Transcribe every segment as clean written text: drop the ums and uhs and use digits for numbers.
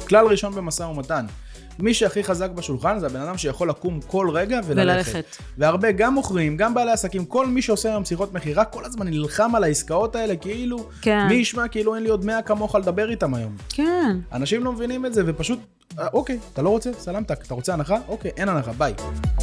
כלל ראשון במשא ומתן. מי שהכי חזק בשולחן זה הבן אדם שיכול לקום כל רגע וללכת. והרבה גם מוכרים, גם בעלי עסקים, כל מי שעושה היום שיחות מחירה, כל הזמן נלחם על העסקאות האלה, כאילו, מי ישמע, כאילו אין לי עוד 100 כמוך לדבר איתם היום. כן. אנשים לא מבינים את זה, ופשוט, אוקיי, אתה לא רוצה? סלמתק. אתה רוצה הנחה? אוקיי, אין הנחה, ביי.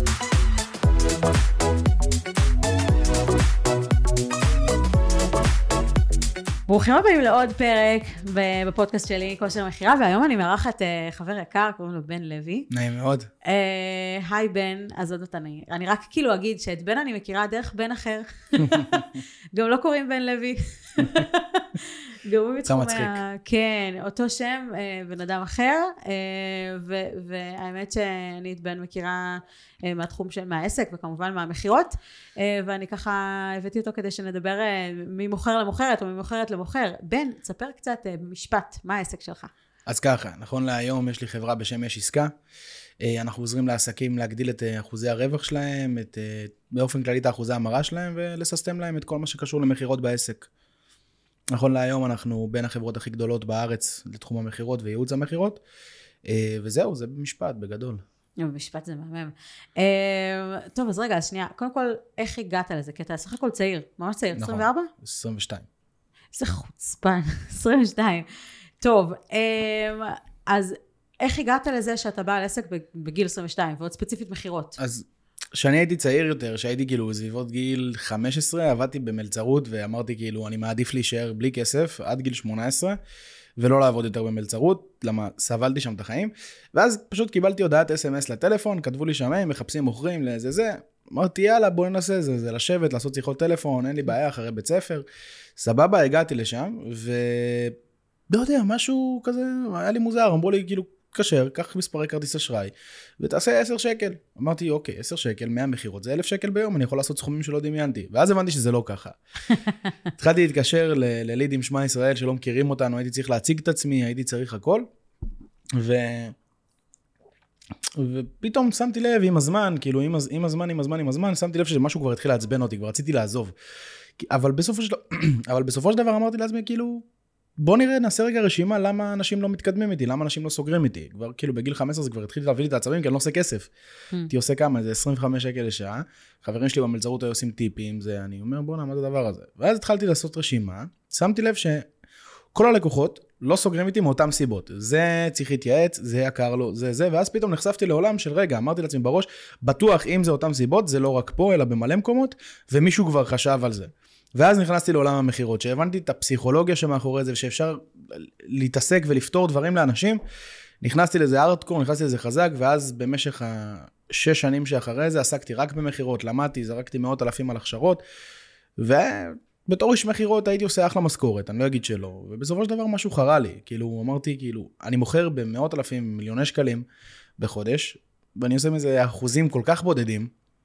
ברוכים הבאים לעוד פרק בפודקאסט שלי, כושר מחירה, והיום אני מארחת חבר יקר, קוראים לו בן לוי. נעים מאוד. היי בן, אז עוד אותני. אני רק כאילו אגיד שאת בן אני מכירה דרך בן אחר. גם לא קוראים בן לוי. גם הוא מתחומי... כן, אותו שם, בן אדם אחר, והאמת שאני את בן מכירה מהתחום של מהעסק, וכמובן מהמחירות, ואני ככה הבאתי אותו כדי שנדבר ממוכר למוכרת, או ממוכרת למוכר. בן, תספר קצת במשפט, מה העסק שלך? אז ככה, נכון להיום יש לי חברה בשם יש עסקה, אנחנו עוזרים לעסקים להגדיל את אחוזי הרווח שלהם, באופן כללי את אחוזי המרה שלהם, ולססטם להם את כל מה שקשור למחירות בעסק. נכון להיום אנחנו בין החברות הכי גדולות בארץ לתחום המחירות וייעוץ המחירות, וזהו, זה במשפט, בגדול. במשפט זה מהמם. טוב, אז רגע, שנייה, קודם כל, איך הגעת לזה? כי אתה סך הכל צעיר, ממש צעיר, 24? 22. זה חוצפן, 22. טוב, אז איך הגעת לזה שאתה בא על עסק בגיל 22, ועוד ספציפית מחירות? אז כשאני הייתי צעיר יותר, שהייתי כאילו סביבות גיל 15, עבדתי במלצרות ואמרתי כאילו אני מעדיף להישאר בלי כסף עד גיל 18, ולא לעבוד יותר במלצרות, למה סבלתי שם את החיים, ואז פשוט קיבלתי הודעת SMS לטלפון, כתבו לי שם, מחפשים מוכרים לזה זה, אמרתי יאללה בוא ננסה, זה לשבת, לעשות שיחות טלפון, אין לי בעיה אחרי בית ספר, סבבה, הגעתי לשם, ולא יודע, משהו כזה, היה לי מוזר, אמרו לי כאילו, קשר, קח מספרי כרטיס אשראי, ותעשה 10 שקל. אמרתי, אוקיי, 10 שקל, 100 מחירות, זה 1,000 שקל ביום, אני יכול לעשות סכומים שלא דמיינתי. ואז הבנתי שזה לא ככה. התחלתי להתקשר ללידים שמע ישראל שלא מכירים אותנו, הייתי צריך להציג את עצמי, הייתי צריך הכל. ופתאום שמתי לב עם הזמן, כאילו עם הזמן, שמתי לב שמשהו כבר התחיל לעצבן אותי, כבר רציתי לעזוב. אבל בסופו של דבר אמרתי לעצמי, כאילו, בוא נראה, נעשה רגע רשימה, למה אנשים לא מתקדמים איתי, למה אנשים לא סוגרים איתי. כבר כאילו בגיל 15 זה כבר התחיל להביא לי את העצבים, כי אני לא עושה כסף. הייתי עושה כמה, זה 25 שקל לשעה. חברים שלי במלצרות היו עושים טיפים, זה אני אומר, בוא נעמד את הדבר הזה. ואז התחלתי לעשות רשימה, שמתי לב שכל הלקוחות לא סוגרים איתי מאותם סיבות. זה צריך להתייעץ, זה יקר לו, זה, ואז פתאום נחשפתי לעולם של רגע, אמרתי לעצמי בראש, בטוח אם זה אותם סיבות, זה לא רק פה, אלא במלא מקומות, ומישהו כבר חשב על זה. ואז נכנסתי לעולם המחירות, שהבנתי את הפסיכולוגיה שמאחורי זה, ושאפשר להתעסק ולפתור דברים לאנשים, נכנסתי לזה ארטקור, נכנסתי לזה חזק, ואז במשך 6 שנים שאחרי זה, עסקתי רק במחירות, למדתי, זרקתי 100,000 על הכשרות, ובתור איש מחירות הייתי עושה אחלה משכורת, אני לא אגיד שלא, ובסופו של דבר משהו חרה לי, כאילו אמרתי, כאילו, אני מוכר ב100,000, מיליוני שקלים בחודש, ואני עושה מזה אחוזים כל כך בודדים,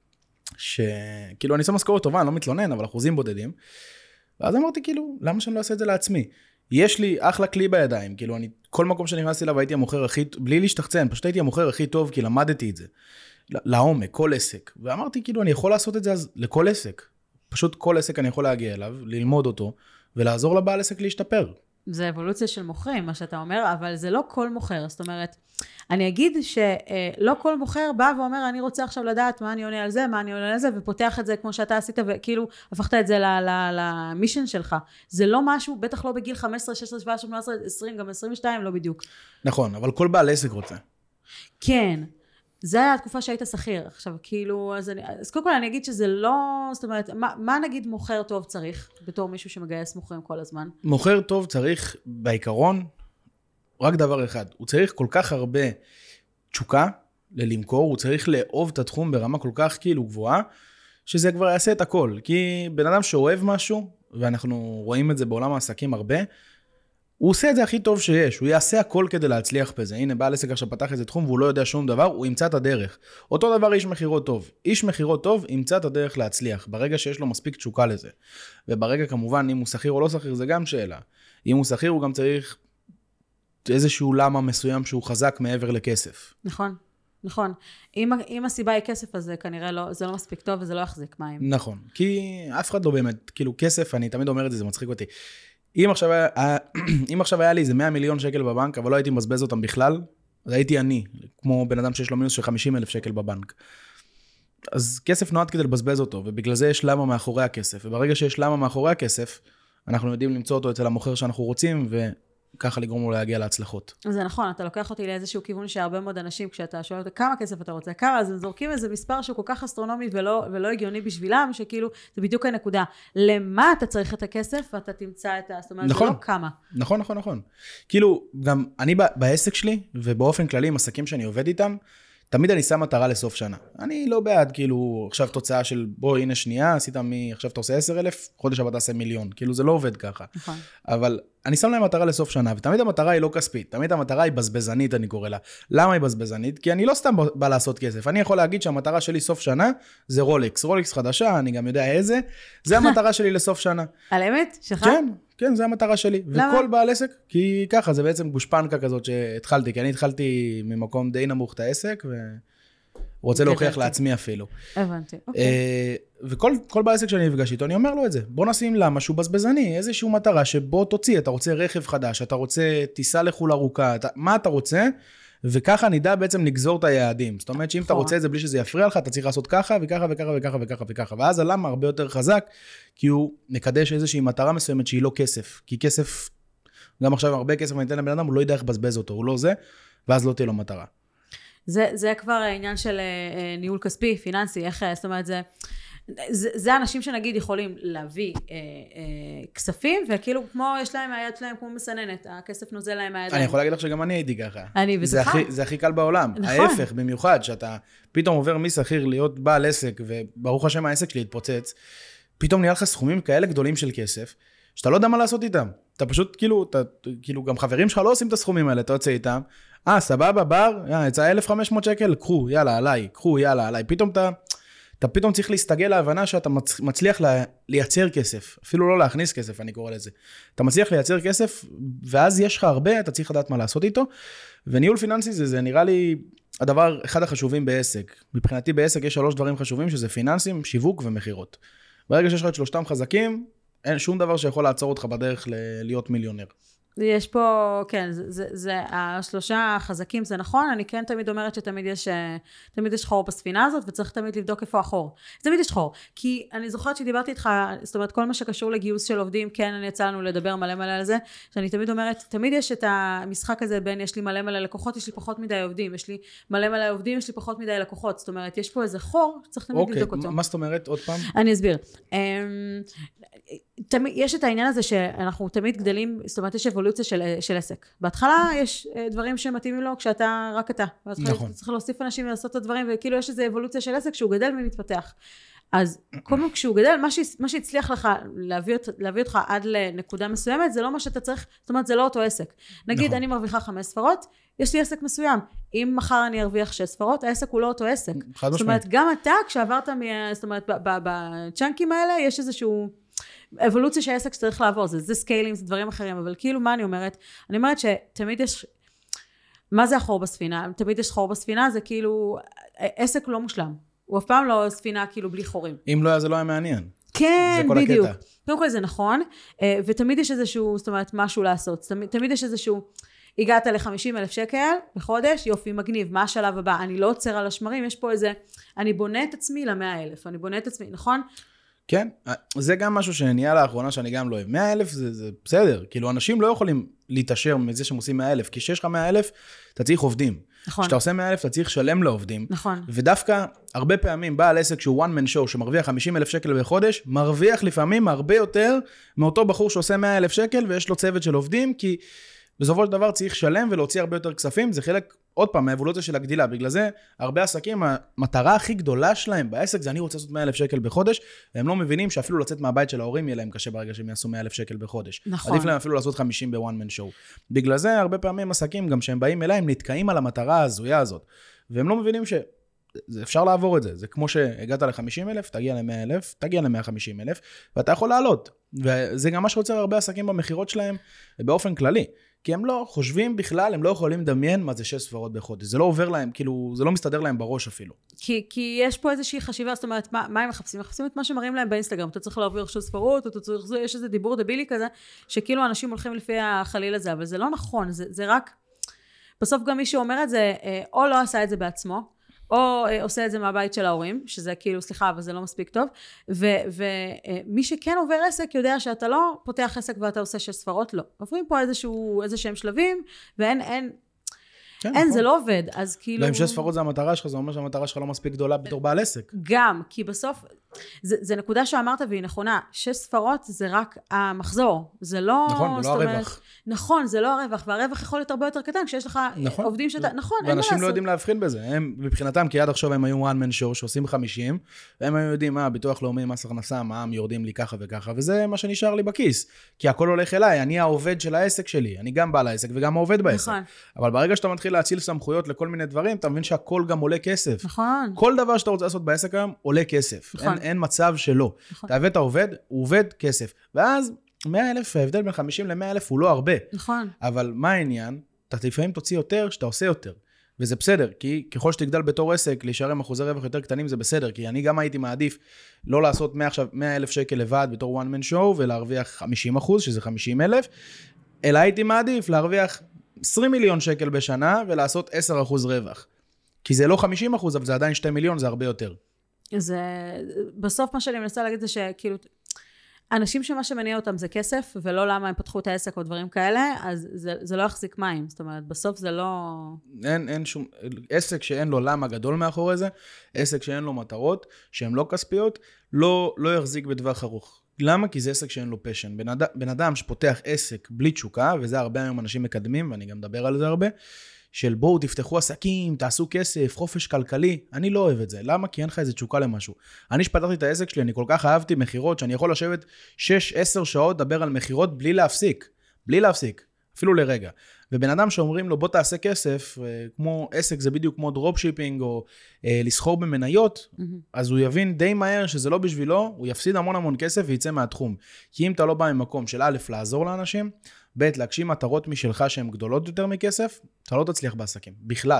שכאילו אני עושה משכורת טובה, אני לא מתלונן, אבל אחוזים בודדים. ואז אמרתי כאילו, למה שאני לא אעשה את זה לעצמי? יש לי אחלה כלי בידיים, כאילו אני, כל מקום שנכנסתי אליו הייתי המוכר הכי, בלי להשתחצן, פשוט הייתי המוכר הכי טוב, כי למדתי את זה. לעומק, כל עסק. ואמרתי כאילו, אני יכול לעשות את זה אז לכל עסק. פשוט כל עסק אני יכול להגיע אליו, ללמוד אותו, ולעזור לבעל עסק להשתפר. זה אבולוציה של מוכרים, מה שאתה אומר, אבל זה לא כל מוכר. זאת אומרת, אני אגיד שלא כל מוכר בא ואומר, אני רוצה עכשיו לדעת מה אני עונה על זה, מה אני עונה על זה, ופותח את זה כמו שאתה עשית, וכאילו הפכת את זה למישן שלך. זה לא משהו, בטח לא בגיל 15, 16, 17, 18, 20, גם 22, לא בדיוק. נכון, אבל כל בעל עסק רוצה. כן. זה היה התקופה שהיית שכיר. עכשיו, כאילו, אז קודם כל אני אגיד שזה לא, זאת אומרת, מה נגיד מוכר טוב צריך, בתור מישהו שמגייס מוכרים כל הזמן? מוכר טוב צריך, בעיקרון, רק דבר אחד. הוא צריך כל כך הרבה תשוקה ללמכור, הוא צריך לאהוב את התחום ברמה כל כך כאילו גבוהה, שזה כבר יעשה את הכל. כי בן אדם שאוהב משהו, ואנחנו רואים את זה בעולם העסקים הרבה, הוא עושה את זה הכי טוב שיש, הוא יעשה הכל כדי להצליח בזה. הנה, בעל עסק עכשיו פתח איזה תחום והוא לא יודע שום דבר, הוא ימצא את הדרך. אותו דבר איש מחירות טוב. איש מחירות טוב ימצא את הדרך להצליח, ברגע שיש לו מספיק תשוקה לזה. וברגע כמובן, אם הוא שכיר או לא שכיר, זה גם שאלה. אם הוא שכיר, הוא גם צריך איזשהו למה מסוים שהוא חזק מעבר לכסף. נכון, נכון. אם הסיבה היא כסף, אז כנראה לא, זה לא מספיק טוב וזה לא יחזיק מים. נכון, כי אף אחד לא באמת, כאילו כסף, אני תמיד אומר את זה, זה מצחיק אותי. אם עכשיו היה לי איזה 100 מיליון שקל בבנק, אבל לא הייתי מבזבז אותם בכלל, אז הייתי אני, כמו בן אדם שיש לו מינוס של 50,000 שקל בבנק. אז כסף נועד כדי לבזבז אותו, ובגלל זה יש למה מאחורי הכסף. וברגע שיש למה מאחורי הכסף, אנחנו יודעים למצוא אותו אצל המוכר שאנחנו רוצים, וככה לגרום לו להגיע להצלחות. זה נכון, אתה לוקח אותי לאיזשהו כיוון שהרבה מאוד אנשים, כשאתה שואל אותם כמה כסף אתה רוצה, כמה, אז הם זורקים איזה מספר שהוא כל כך אסטרונומי ולא הגיוני בשבילם, שכאילו, זה בדיוק הנקודה. למה אתה צריך את הכסף, ואתה תמצא את זאת אומרת, נכון, זה לא כמה. נכון. כאילו, גם אני בעסק שלי, ובאופן כללי עם עסקים שאני עובד איתם, תמיד אני שם מטרה לסוף שנה. אני לא בעד, כאילו, עכשיו תוצאה של, בוא, הנה שנייה, עשית עכשיו אתה עושה 10,000, חודש הבא תעשה מיליון. כאילו, זה לא עובד ככה. נכון. אבל אני שם להם מטרה לסוף שנה, ותמיד המטרה היא לא כספית, תמיד המטרה היא בזבזנית, אני קורא לה. למה היא בזבזנית? כי אני לא סתם בא לעשות כסף. אני יכול להגיד שהמטרה שלי סוף שנה, זה רולקס חדשה, אני גם יודע איזה, זה המטרה שלי לסוף שנה. על אמת? שלך? כן, זה המטרה שלי. למה? וכל בעל עסק, כי ככה, זה בעצם גושפנקה כזאת שהתחלתי, כי אני התחלתי ממקום די נמוך את העסק, ורוצה להוכיח לעצמי אפילו. הבנתי, וכל בעל עסק שאני אפגש איתו, אני אומר לו את זה. בוא נשים לה משהו בזבזני, איזושהי מטרה שבו תוציא, אתה רוצה רכב חדש, אתה רוצה טיסה לחו"ל ארוכה, מה אתה רוצה, וככה נדע בעצם לגזור את היעדים. זאת אומרת שאם אתה רוצה את זה בלי שזה יפריע לך, אתה צריך לעשות ככה וככה וככה וככה וככה וככה. ואז הלמה הרבה יותר חזק, כי הוא מקדש איזושהי מטרה מסוימת שהיא לא כסף. כי כסף, גם עכשיו הרבה כסף אני אתן לבן אדם, הוא לא ידע איך לבזבז אותו, הוא לא זה, ואז לא תהיה לו מטרה. זה כבר העניין של ניהול כספי, פיננסי, איך, זאת אומרת, זה אנשים שנגיד יכולים להביא כספים, וכאילו כמו יש להם מהיד שלהם כמו מסננת, הכסף נוזל להם מהידיים. אני יכול להגיד לך שגם אני הייתי ככה. אני בטוחה. זה הכי קל בעולם. נכון. ההפך, במיוחד, שאתה פתאום עובר משכיר להיות בעל עסק, וברוך השם העסק שלי התפוצץ, פתאום נהיה לך סכומים כאלה גדולים של כסף, שאתה לא יודע מה לעשות איתם. אתה פשוט כאילו גם חברים שלך לא עושים את הסכומים האלה, אתה יוצא איתם, סבבה, בר, יצא 1,500 שקל, קחו, יאללה, עליי. פתאום אתה פתאום צריך להסתגל להבנה שאתה מצליח לייצר כסף, אפילו לא להכניס כסף, אני קורא לזה. אתה מצליח לייצר כסף, ואז יש לך הרבה, אתה צריך לדעת מה לעשות איתו, וניהול פיננסי זה נראה לי הדבר, אחד החשובים בעסק. מבחינתי בעסק יש 3 דברים חשובים, שזה פיננסים, שיווק ומחירות. ברגע שיש לך את 3 חזקים, אין שום דבר שיכול לעצור אותך בדרך להיות מיליונר. יש פה, כן, זה 3 חזקים, זה נכון, אני כן תמיד אומרת שתמיד יש חור בספינה הזאת, וצריך תמיד לבדוק איפה החור. תמיד יש חור, כי אני זוכרת שדיברתי איתך, זאת אומרת, כל מה שקשור לגיוס של עובדים, כן, אני יצא לנו לדבר מלא על זה, שאני תמיד אומרת, תמיד יש את המשחק הזה בין, יש לי מלא לקוחות, יש לי פחות מדי עובדים, יש לי מלא עובדים, יש לי פחות מדי לקוחות, זאת אומרת, יש פה איזה חור, צריך תמיד לבדוק אותו. מה זאת אומרת? עוד פעם? אני אסביר. יש את העניין הזה שאנחנו תמיד גדלים, זאת אומרת, יש אבולוציה של עסק. בהתחלה יש דברים שמתאימים לו כשאתה רק אתה. נכון. צריך להוסיף אנשים לעשות את הדברים, וכאילו יש איזו אבולוציה של עסק שהוא גדל ומתפתח. אז כל פעם כשהוא גדל, מה שהצליח לך להביא אותך עד לנקודה מסוימת, זה לא מה שאתה צריך, זאת אומרת, זה לא אותו עסק. נגיד, אני מרוויחה 5 ספרות, יש לי עסק מסוים. אם מחר אני ארוויח 6 ספרות, העסק הוא לא אותו עסק. זאת אומרת, גם אתה, כשעברת, זאת אומרת, בצ'אנקים האלה, יש איזשהו אבולוציה שהעסק שצריך לעבור, זה סקיילים, זה דברים אחרים, אבל כאילו מה אני אומרת? אני אומרת שתמיד יש, מה זה החור בספינה? תמיד יש חור בספינה, זה כאילו, עסק לא מושלם. הוא אף פעם לא ספינה כאילו בלי חורים. אם לא היה, זה לא היה מעניין. כן, בדיוק. קודם כל זה נכון, ותמיד יש איזשהו, זאת אומרת, משהו לעשות. תמיד יש איזשהו, הגעת ל-50,000 שקל בחודש, יופי, מגניב, מה השלב הבא? אני לא עוצר על השמרים, יש פה איזה, אני בונה את עצמי ל-100,000, אני בונה את עצמי, נכון? כן, זה גם משהו שנהיה לאחרונה שאני גם לא אוהב. 100,000 זה בסדר, כאילו אנשים לא יכולים להתעשר מזה שהם עושים 100,000, כי שיש לך 100,000, אתה צריך עובדים. נכון. כשאתה עושה 100,000, אתה צריך לשלם לעובדים. נכון. ודווקא, הרבה פעמים, בעל עסק שהוא one man show, שמרוויח 50,000 שקל בחודש, מרוויח לפעמים הרבה יותר מאותו בחור שעושה 100,000 שקל, ויש לו צוות של עובדים, כי בסופו של דבר צריך לשלם ולהוציא הרבה יותר כספים, זה חלק, עוד פעם, מהאבולוציה של הגדילה. בגלל זה, הרבה עסקים, המטרה הכי גדולה שלהם בעסק, זה אני רוצה לעשות 100,000 שקל בחודש, והם לא מבינים שאפילו לצאת מהבית של ההורים יהיה להם קשה ברגע שהם יעשו 100,000 שקל בחודש. נכון. עדיף להם אפילו לעשות 50 ב-one man show. בגלל זה, הרבה פעמים עסקים, גם שהם באים אליי, הם נתקעים על המטרה הזויה הזאת. והם לא מבינים שאפשר לעבור את זה. זה כמו שהגעת ל-50,000, תגיע ל-100,000, תגיע ל-150,000, ואתה יכול לעלות. וזה גם מה שעוצר הרבה עסקים במחירות שלהם, באופן כללי. כי הם לא חושבים בכלל, הם לא יכולים לדמיין מה זה 6 ספרות בחודש. זה לא עובר להם, כאילו, זה לא מסתדר להם בראש אפילו. כי יש פה איזושהי חשיבה, זאת אומרת, מה הם מחפשים? מחפשים את מה שמראים להם באינסטגרם. אתה צריך להעביר 6 ספרות, אתה צריך, יש איזה דיבור דבילי כזה, שכאילו אנשים הולכים לפי החליל הזה, אבל זה לא נכון, זה רק, בסוף גם מי שאומר את זה, או לא עשה את זה בעצמו, או עושה את זה מהבית של ההורים, שזה כאילו, סליחה, אבל זה לא מספיק טוב, ומי שכן עובר עסק יודע שאתה לא פותח עסק ואתה עושה 6 ספרות, לא. עוברים פה איזשהם שלבים, ואין, זה לא עובד, אז כאילו... לא, אם 6 ספרות זה המטרה שלך, זה אומר שהמטרה שלך לא מספיק גדולה בתור בעל עסק. גם, כי בסוף, זה נקודה שאמרת והיא נכונה, 6 ספרות זה רק המחזור, זה לא... נכון, זה לא הרווח. נכון, זה לא הרווח, והרווח יכול להיות הרבה יותר קטן, כשיש לך עובדים שאתה... נכון, אין מה לעשות. ואנשים לא יודעים להבחין בזה, הם מבחינתם, כי עד עכשיו הם היו one man show שעושים 50, והם היו יודעים, ביטוח לאומי, מס הכנסה, מע"מ יורדים לי ככה וככה, וזה מה שנשאר לי בכיס, כי הכל הולך אליי, אני העובד של העסק שלי, אני גם בעל העסק וגם העובד בעסק. אבל ברגע שאתה מתחיל להציל סמכויות לכל מיני דברים, אתה מבין שהכל גם עולה כסף. נכון. כל דבר שאתה רוצה לעשות בעסק היום עולה כסף. נכון. אין מצב שלא. נכון. אתה הבאת עובד, הוא עובד כסף. ואז 100,000, ההבדל בין 50 ל-100,000 הוא לא הרבה. נכון. אבל מה העניין? אתה לפעמים תוציא יותר, שאתה עושה יותר. וזה בסדר, כי ככל שתגדל בתור עסק, להישאר עם אחוזי רווח יותר קטנים זה בסדר, כי אני גם הייתי מעדיף לא לעשות 100,000 שקל לבד בתור one man show, ולהרוויח 50%, שזה 50,000, אלא הייתי מעדיף להרוויח 20 מיליון שקל בשנה, ולעשות 10% רווח. כי זה לא 50%, אבל זה עדיין 2 מיליון, זה הרבה יותר. זה, בסוף מה שאני מנסה להגיד זה שכאילו, אנשים שמה שמניע אותם זה כסף, ולא למה הם פתחו את העסק או דברים כאלה, אז זה לא יחזיק מים. זאת אומרת, בסוף זה לא... אין שום... עסק שאין לו למה גדול מאחורי זה, עסק שאין לו מטרות, שהן לא כספיות, לא יחזיק בטווח ארוך. למה? כי זה עסק שאין לו פשן. בן אדם שפותח עסק בלי תשוקה, וזה הרבה היום אנשים מקדמים, ואני גם מדבר על זה הרבה, של בואו תפתחו עסקים, תעשו כסף, חופש כלכלי. אני לא אוהב את זה. למה? כי אין לך איזה תשוקה למשהו. אני שפתחתי את העסק שלי, אני כל כך אהבתי מחירות, שאני יכול לשבת 6-10 שעות לדבר על מחירות בלי להפסיק. בלי להפסיק. אפילו לרגע. ובן אדם שאומרים לו בוא תעשה כסף, כמו עסק זה בדיוק כמו דרופשיפינג, או לסחור במניות, אז הוא יבין די מהר שזה לא בשבילו, הוא יפסיד המון כסף ויצא מהתחום. כי אם אתה לא בא ממקום של א', לעזור לאנשים, ב', להגשים מטרות משלך שהן גדולות יותר מכסף, אתה לא תצליח בעסקים, בכלל.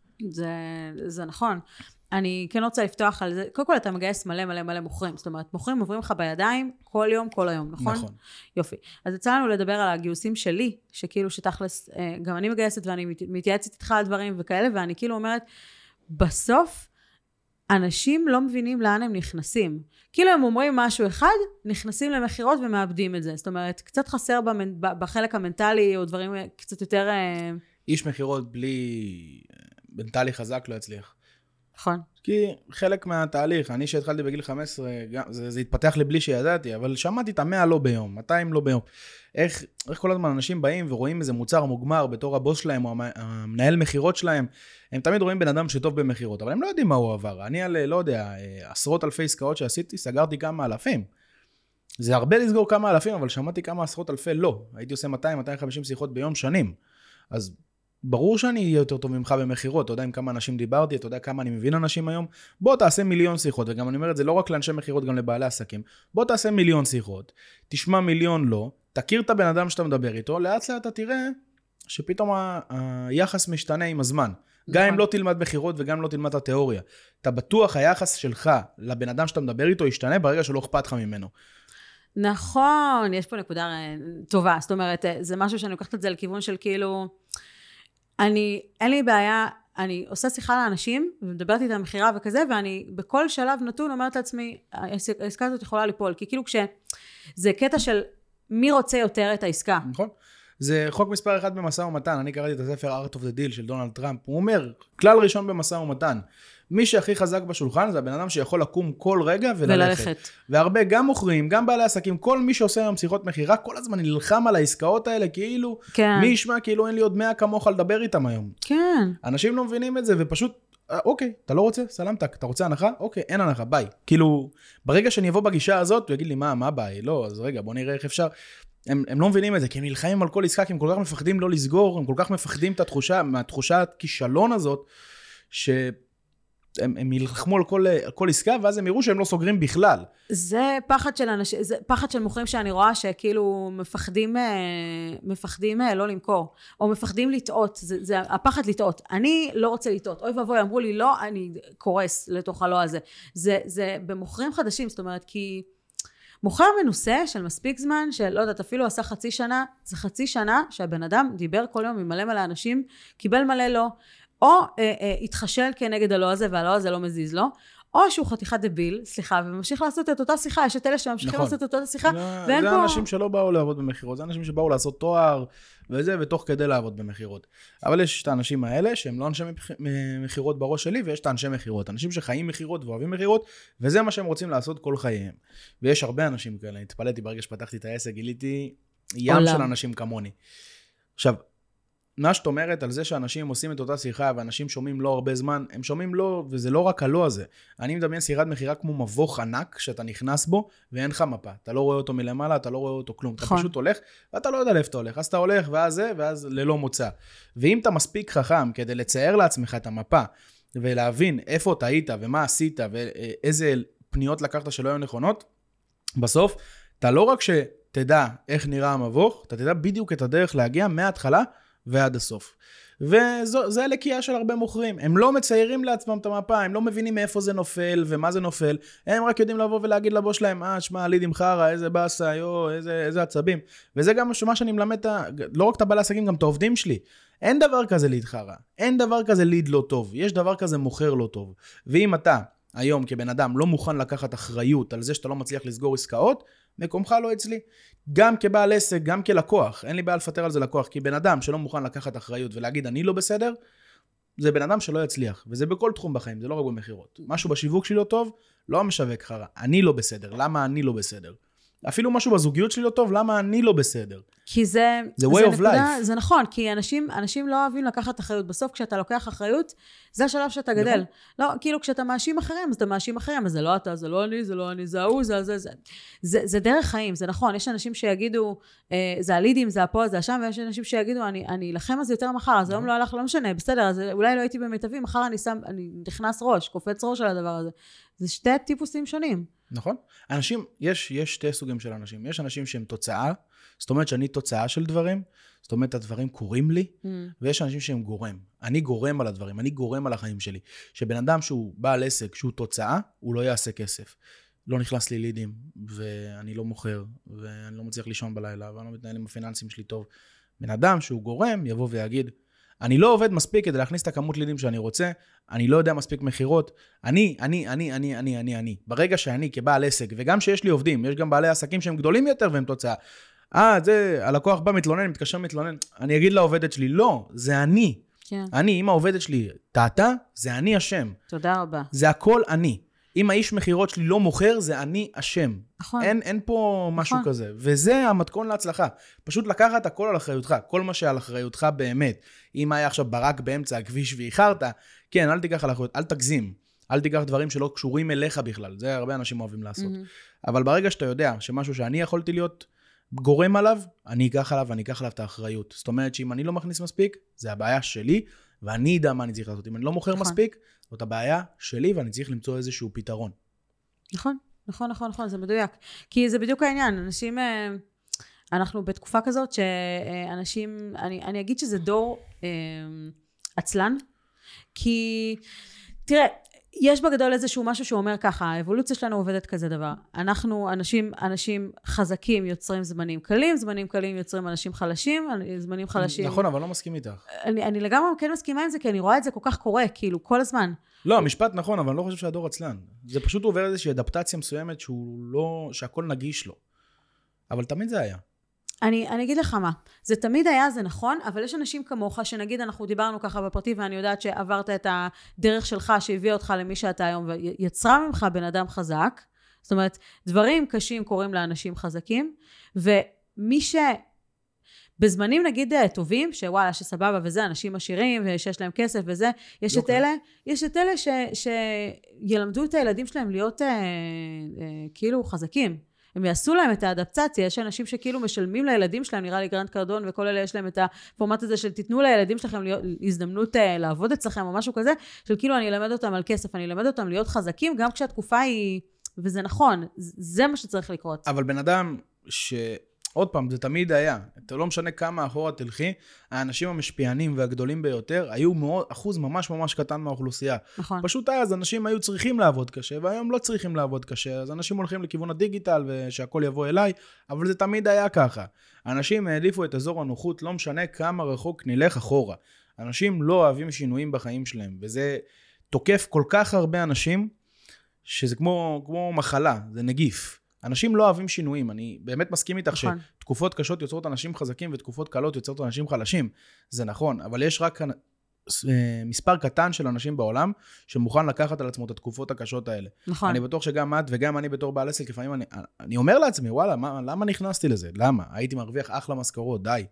זה נכון. אני כן רוצה לפתוח על זה, קודם כל אתה מגייס מלא מוכרים, זאת אומרת, מוכרים עוברים לך בידיים כל יום, כל היום, נכון? נכון. יופי. אז יצא לנו לדבר על הגיוסים שלי, שכאילו שתכלס, גם אני מגייסת ואני מתייעצת איתך על דברים וכאלה, ואני כאילו אומרת, בסוף, אנשים לא מבינים לאן הם נכנסים. כאילו הם אומרים משהו אחד, נכנסים למחירות ומאבדים את זה. זאת אומרת, קצת חסר בחלק המנטלי, או דברים קצת יותר... איש מחירות בלי מנטלי חזק לא יצליח. נכון. כי חלק מהתהליך, אני שהתחלתי בגיל 15, זה התפתח לי בלי שידעתי, אבל שמעתי את 100 לא ביום, 200 לא ביום. איך כל הזמן אנשים באים ורואים איזה מוצר מוגמר בתור הבוס שלהם, או המנהל מחירות שלהם, הם תמיד רואים בן אדם שטוב במחירות, אבל הם לא יודעים מה הוא עבר. אני על, לא יודע, עשרות אלפי עסקאות שעשיתי, סגרתי כמה אלפים. זה הרבה לסגור כמה אלפים, אבל שמעתי כמה עשרות אלפי לא. הייתי עושה 200-250 שיחות ביום שנים. אז ברור שאני אהיה יותר טוב ממך במחירות, אתה יודע עם כמה אנשים דיברתי, אתה יודע כמה אני מבין אנשים היום, בוא תעשה 1,000,000 שיחות, וגם אני אומר את זה לא רק לאנשי מחירות, גם לבעלי עסקים, בוא תעשה 1,000,000 שיחות, תשמע 1,000,000 לא, תכיר את הבן אדם שאתה מדבר איתו, לאט לאט אתה תראה שפתאום היחס משתנה עם הזמן, גם אם לא תלמד מחירות וגם לא תלמד את התיאוריה, אתה בטוח היחס שלך לבן אדם שאתה מדבר איתו ישתנה ברגע שלא אכפת לך ממנו. נכון, יש פה נקודה טובה, זאת אומרת, זה משהו שאני לוקחת את זה לכיוון של כאילו, אין לי בעיה, אני עושה שיחה לאנשים, ומדברת איתם מחירה וכזה, ואני בכל שלב נתון אומרת לעצמי, העסקה הזאת יכולה ליפול, כי כאילו זה קטע של מי רוצה יותר את העסקה. נכון. זה חוק מספר 1 במשא ומתן, אני קראתי את הספר Art of the Deal של דונלד טראמפ, הוא אומר, כלל ראשון במשא ומתן, מי שהכי חזק בשולחן זה הבן אדם שיכול לקום כל רגע וללכת. והרבה גם מוכרים, גם בעלי עסקים, כל מי שעושה היום שיחות מחירה, כל הזמן נלחם על העסקאות האלה, כאילו, כן. מי ישמע, כאילו אין לי עוד 100 כמוך לדבר איתם היום. כן. אנשים לא מבינים את זה, ופשוט, אוקיי, אתה לא רוצה? סלמתק, אתה רוצה הנחה? אוקיי, אין הנחה, ביי. כאילו, ברגע שאני אבוא בגישה הזאת, הוא יגיד לי, מה ביי? לא, אז רגע, בוא נראה איך אפשר. הם לא מבינים את זה, כי הם נלחמים על כל עסקה, כי הם כל כך מפחדים לא לסגור, הם כל כך מפחדים את התחושה, מהתחושת כישלון הזאת, הם ילחמו על כל עסקה, ואז הם יראו שהם לא סוגרים בכלל. זה פחד של אנשים, זה פחד של מוכרים שאני רואה שכאילו מפחדים לא למכור, או מפחדים לטעות, זה הפחד לטעות. אני לא רוצה לטעות, אוי ואבוי, אמרו לי לא, אני קורס לתוך הלא הזה. זה במוכרים חדשים, זאת אומרת, כי מוכר מנוסה של מספיק זמן, של לא יודעת, אפילו עשה חצי שנה, זה חצי שנה שהבן אדם דיבר כל יום עם מלא אנשים, קיבל מלא לא, או התחשל כנגד הלא הזה, והלא הזה לא מזיז לו, או שהוא חתיכת דביל, סליחה, וממשיך לעשות את אותה שיחה, יש את אלה שממשיכים לעשות את אותה שיחה, ואין פה... זה אנשים שלא באו לעבוד במחירות, זה אנשים שבאו לעשות תואר, וזה, ותוך כדי לעבוד במחירות. אבל יש את האנשים האלה, שהם לא אנשי מחירות בראש שלי, ויש את האנשי מחירות, אנשים שחיים מחירות ואוהבים מחירות, וזה מה שהם רוצים לעשות כל חייהם. ויש הרבה אנשים כאלה, התפלאתי ברגע שפתחתי את העסק, גיליתי ים של אנשים כמוני. עכשיו, מה שאת אומרת על זה שאנשים עושים את אותה שיחה, ואנשים שומעים לא הרבה זמן, הם שומעים לא, וזה לא רק הלא הזה. אני מדמיין שיחת מחירה כמו מבוך ענק, שאתה נכנס בו, ואין לך מפה. אתה לא רואה אותו מלמעלה, אתה לא רואה אותו כלום. אתה פשוט הולך, ואתה לא יודע לאיפה אתה הולך. אז אתה הולך, ואז ללא מוצא. ואם אתה מספיק חכם כדי לצייר לעצמך את המפה, ולהבין איפה אתה היית, ומה עשית, ואיזה פניות לקחת שלא היו נכונות, בסוף, אתה לא רק שתדע איך נראה המבוך, אתה תדע בדיוק את הדרך להגיע מההתחלה ועד הסוף. וזה הלקייה של הרבה מוכרים. הם לא מציירים לעצמם את המפה, הם לא מבינים מאיפה זה נופל ומה זה נופל. הם רק יודעים לבוא ולהגיד לבוס שלהם, שמע, ליד עם חרה, איזה באסה, איזה עצבים. וזה גם מה שאני מלמד, לא רק את הבעלי עסקים, גם את העובדים שלי. אין דבר כזה ליד חרה. אין דבר כזה ליד לא טוב. יש דבר כזה מוכר לא טוב. ואם אתה היום כבן אדם לא מוכן לקחת אחריות על זה שאתה לא מצליח לסגור עסקאות, מקומך לא אצלי. גם כבעל עסק, גם כלקוח. אין לי בעיה לפטר על זה לקוח, כי בן אדם שלא מוכן לקחת אחריות ולהגיד אני לא בסדר, זה בן אדם שלא יצליח. וזה בכל תחום בחיים, זה לא רק במחירות. משהו בשיווק שלי לא טוב, לא המשווק חרה. אני לא בסדר. למה אני לא בסדר? אפילו משהו בזוגיות שלי לא טוב, למה אני לא בסדר? כי זה way of life. זה נכון, כי אנשים לא אוהבים לקחת אחריות. בסוף כשאתה לוקח אחריות, זה השלב שאתה גדל. לא, כאילו כשאתה מאשים אחרים, אז אתה מאשים אחרים, אז זה לא אתה, זה לא אני, זה לא אני, זה ההוא, זה דרך חיים, זה נכון. יש אנשים שיגידו, זה הלידים, זה הפה, זה השם, ויש אנשים שיגידו, אני אלחם על זה יותר מחר, אז היום לא הלך, לא משנה, בסדר, אז אולי לא הייתי במיטבי, מחר אני נכנס ראש, קופץ ראש על הדבר הזה. זה שתי טיפוסים שונים. נכון. אנשים, יש שתי סוגים של אנשים. יש אנשים שהם תוצאה, זאת אומרת שאני תוצאה של דברים, זאת אומרת הדברים קורים לי, ויש אנשים שהם גורם. אני גורם על הדברים, אני גורם על החיים שלי. שבן אדם שהוא בעל עסק, שהוא תוצאה, הוא לא יעשה כסף. לא נכנס לי לידים, ואני לא מוכר, ואני לא מצליח לישון בלילה, ואני לא מתנהל עם הפיננסים שלי טוב. בן אדם שהוא גורם, יבוא ויגיד, אני לא עובד מספיק כדי להכניס את הכמות לידים שאני רוצה, אני לא יודע מספיק מחירות, אני. ברגע שאני כבעל עסק, וגם שיש לי עובדים, יש גם בעלי עסקים שהם גדולים יותר והם תוצאה. זה, הלקוח בא מתלונן, מתקשר מתלונן, אני אגיד לעובדת שלי, לא, זה אני. כן. אני, אם העובדת שלי טעתה, זה אני אשם. תודה רבה. זה הכל אני. אם האיש מחירות שלי לא מוכר, זה אני אשם. נכון. אין פה משהו נכון. כזה. וזה המתכון להצלחה. פשוט לקחת הכל על אחריותך. כל מה שעל אחריותך באמת. אם היה עכשיו ברק באמצע הכביש ואיחרת, כן, אל תיקח על אחריות, אל תגזים. אל תיקח דברים שלא קשורים אליך בכלל. זה הרבה אנשים אוהבים לעשות. אבל ברגע שאתה יודע שמשהו שאני יכולתי להיות גורם עליו, אני אקח עליו את האחריות. זאת אומרת שאם אני לא מכניס מספיק, זה הבעיה שלי, ואני יודע מה אני צריך לעשות. אם אני לא מוכר מספיק, זאת הבעיה שלי, ואני צריך למצוא איזשהו פתרון. נכון, זה מדויק. כי זה בדיוק העניין. אנשים, אנחנו בתקופה כזאת שאנשים, אני אגיד שזה דור עצלן, כי, תראה, יש בגדול איזשהו משהו שאומר ככה, האבולוציה שלנו עובדת כזה דבר. אנחנו, אנשים חזקים יוצרים זמנים קלים, זמנים קלים יוצרים אנשים חלשים, זמנים חלשים... נכון, אבל לא מסכים איתך. אני לגמרי כן מסכימה עם זה, כי אני רואה את זה כל כך קורה, כאילו, כל הזמן. לא, המשפט נכון, אבל אני לא חושב שהדור עצלן. זה פשוט עובר איזושהי אדפטציה מסוימת שהכל נגיש לו. אבל תמיד זה היה. אני אגיד לך מה, זה תמיד היה, זה נכון, אבל יש אנשים כמוך, שנגיד אנחנו דיברנו ככה בפרטי, ואני יודעת שעברת את הדרך שלך, שהביאה אותך למי שאתה היום, ויצרה ממך בן אדם חזק, זאת אומרת, דברים קשים קורים לאנשים חזקים, ומי בזמנים נגיד טובים, שוואלה, שסבבה וזה, אנשים עשירים, ושיש להם כסף וזה, יש את אלה שילמדו את הילדים שלהם להיות כאילו חזקים, הם יעשו להם את האדפטציה, יש אנשים שכאילו משלמים לילדים שלהם, נראה לי גרנט קרדון וכל אלה יש להם את הפורמט הזה של תיתנו לילדים שלכם הזדמנות לעבוד אצלכם או משהו כזה, של כאילו אני אלמד אותם על כסף, אני אלמד אותם להיות חזקים, גם כשהתקופה היא, וזה נכון, זה מה שצריך לקרות. אבל בן אדם עוד פעם, זה תמיד היה. אתה לא משנה כמה אחורה תלכי, האנשים המשפיענים והגדולים ביותר היו אחוז ממש ממש קטן מהאוכלוסייה. נכון. פשוט אז אנשים היו צריכים לעבוד קשה, והיום לא צריכים לעבוד קשה, אז אנשים הולכים לכיוון הדיגיטל ושהכל יבוא אליי, אבל זה תמיד היה ככה. אנשים העדיפו את אזור הנוחות, לא משנה כמה רחוק נלך אחורה. אנשים לא אוהבים שינויים בחיים שלהם, וזה תוקף כל כך הרבה אנשים, שזה כמו מחלה, זה נגיף. אנשים לא אוהבים שינויים, אני באמת מסכים איתך נכון. שתקופות קשות יוצרות אנשים חזקים ותקופות קלות יוצרות אנשים חלשים, זה נכון, אבל יש רק מספר קטן של אנשים בעולם שמוכן לקחת על עצמו את התקופות הקשות האלה. נכון. אני בטוח שגם את וגם אני בתור בעל עסק, לפעמים אני אומר לעצמי, וואלה, למה נכנסתי לזה? למה? הייתי מרוויח אחלה משכורות, די.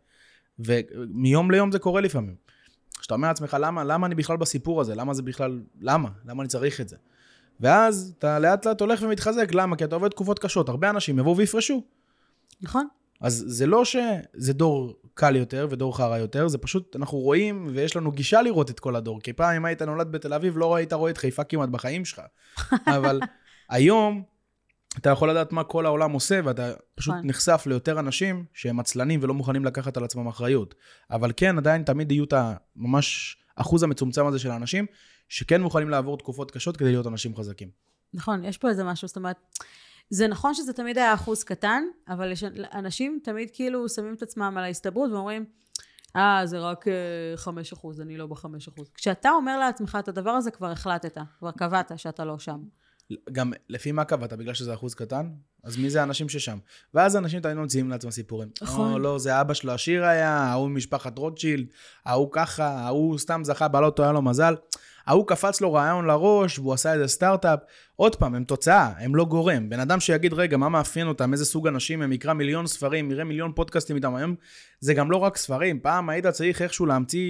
ומיום ליום זה קורה לפעמים. כשאתה אומר לעצמך, למה אני בכלל בסיפור הזה? למה זה בכלל, למה אני צריך את זה? ואז אתה לאט לאט הולך ומתחזק, למה? כי אתה עובד תקופות קשות, הרבה אנשים יבואו ויפרשו. נכון. אז זה לא שזה דור קל יותר ודור חרה יותר, זה פשוט אנחנו רואים ויש לנו גישה לראות את כל הדור, כי פעם אם היית נולד בתל אביב לא היית רואה את חיפה כמעט בחיים שלך, אבל היום אתה יכול לדעת מה כל העולם עושה, ואתה פשוט נחשף ליותר אנשים שהם עצלנים ולא מוכנים לקחת על עצמם אחריות, אבל כן עדיין תמיד יהיו את ממש אחוז המצומצם הזה של האנשים, שכן מוכנים לעבור תקופות קשות כדי להיות אנשים חזקים. נכון, יש פה איזה משהו, זאת אומרת, זה נכון שזה תמיד היה אחוז קטן, אבל אנשים תמיד כאילו שמים את עצמם על ההסתברות ואומרים, זה רק 5%, אני לא ב5%. כשאתה אומר לעצמך את הדבר הזה, כבר החלטת, כבר קבעת שאתה לא שם. גם לפי מה קבעת, בגלל שזה אחוז קטן, אז מי זה האנשים ששם? ואז האנשים תמיד מוציאים לעצמם סיפורים. לא, זה אבא שלו עשיר היה, ההוא משפחת רוטשילד, ההוא ככה, ההוא סתם זכה, בעלותו היה לו מזל. ההוא קפץ לו רעיון לראש, והוא עשה איזה סטארט-אפ. עוד פעם, הם תוצאה, הם לא גורם. בן אדם שיגיד, רגע, מה מאפיין אותם, איזה סוג אנשים, הם יקרא מיליון ספרים, יראה מיליון פודקאסטים איתם. היום זה גם לא רק ספרים. פעם היית צריך איכשהו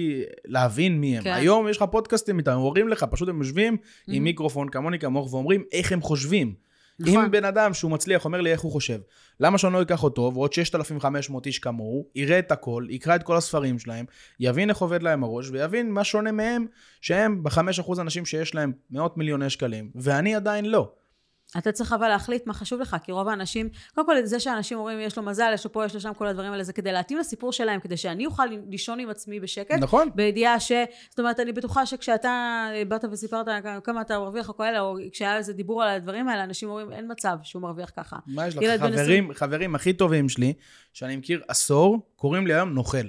להבין מי הם. כן. היום יש לך פודקאסטים איתם, הם אומרים לך, פשוט הם יושבים עם מיקרופון כמוני כמוך, ואומרים איך הם חושבים. נכון. אם בן אדם שהוא מצליח אומר לי איך הוא חושב, למה שאני לא אקח אותו ועוד 6,500 איש כמוהו, יראה את הכל, יקרא את כל הספרים שלהם, יבין איך עובד להם הראש, ויבין מה שונה מהם, שהם ב5% אנשים שיש להם מאות מיליוני שקלים, ואני עדיין לא. אתה צריך אבל להחליט מה חשוב לך, כי רוב האנשים, קודם כל זה שאנשים אומרים יש לו מזל, יש לו פה, יש לו שם, כל הדברים האלה, זה כדי להתאים לסיפור שלהם, כדי שאני אוכל לישון עם עצמי בשקט. נכון. בידיעה זאת אומרת, אני בטוחה שכשאתה באת וסיפרת כמה אתה מרוויח או כאלה, או כשהיה איזה דיבור על הדברים האלה, אנשים אומרים, אין מצב שהוא מרוויח ככה. מה יש לך? חברים הכי טובים שלי, שאני מכיר עשור, קוראים לי היום נוכל.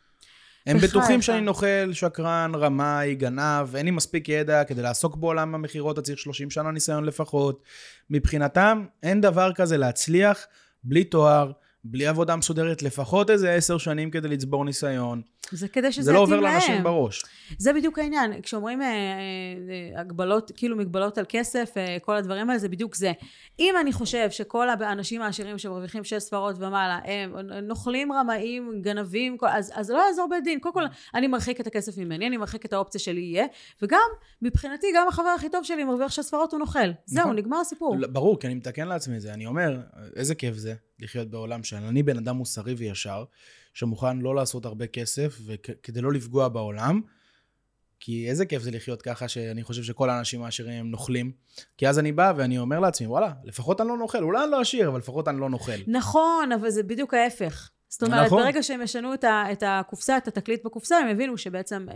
הם בטוחים שאני נוכל, שקרן, רמאי, גנב, אין לי מספיק ידע כדי לעסוק בעולם המחירות, צריך 30 שנה ניסיון לפחות. מבחינתם, אין דבר כזה להצליח בלי תואר, בלי עבודה מסודרת, לפחות איזה 10 שנים כדי לצבור ניסיון. זה כדי שזה זה לא עובר לאנשים בראש. זה בדיוק העניין. כשאומרים הגבלות, כאילו מגבלות על כסף, כל הדברים האלה, זה בדיוק זה. אם אני חושב שכל האנשים העשירים שמרוויחים 6 ספרות ומעלה, הם נוכלים, רמאים, גנבים, אז לא יעזור בדין. קודם כל, אני מרחיק את הכסף ממני, אני מרחיק את האופציה שלי יהיה, וגם, מבחינתי, גם החבר הכי טוב שלי מרוויח 6 ספרות הוא נוכל. זהו, נגמר הסיפור. ברור, כי אני מתקן לעצמי זה. אני אומר, איזה כיף זה לחיות בעולם שאני בן אדם מוסרי וישר, שמוכן לא לעשות הרבה כסף, וכדי לא לפגוע בעולם, כי איזה כיף זה לחיות ככה, שאני חושב שכל האנשים העשירים הם נוכלים, כי אז אני בא ואני אומר לעצמי, וואלה, לפחות אני לא נוכל, אולי אני לא עשיר, אבל לפחות אני לא נוכל. נכון, אבל זה בדיוק ההפך. זאת אומרת, נכון. ברגע שהם ישנו את הקופסה, את התקליט בקופסה, הם הבינו שבעצם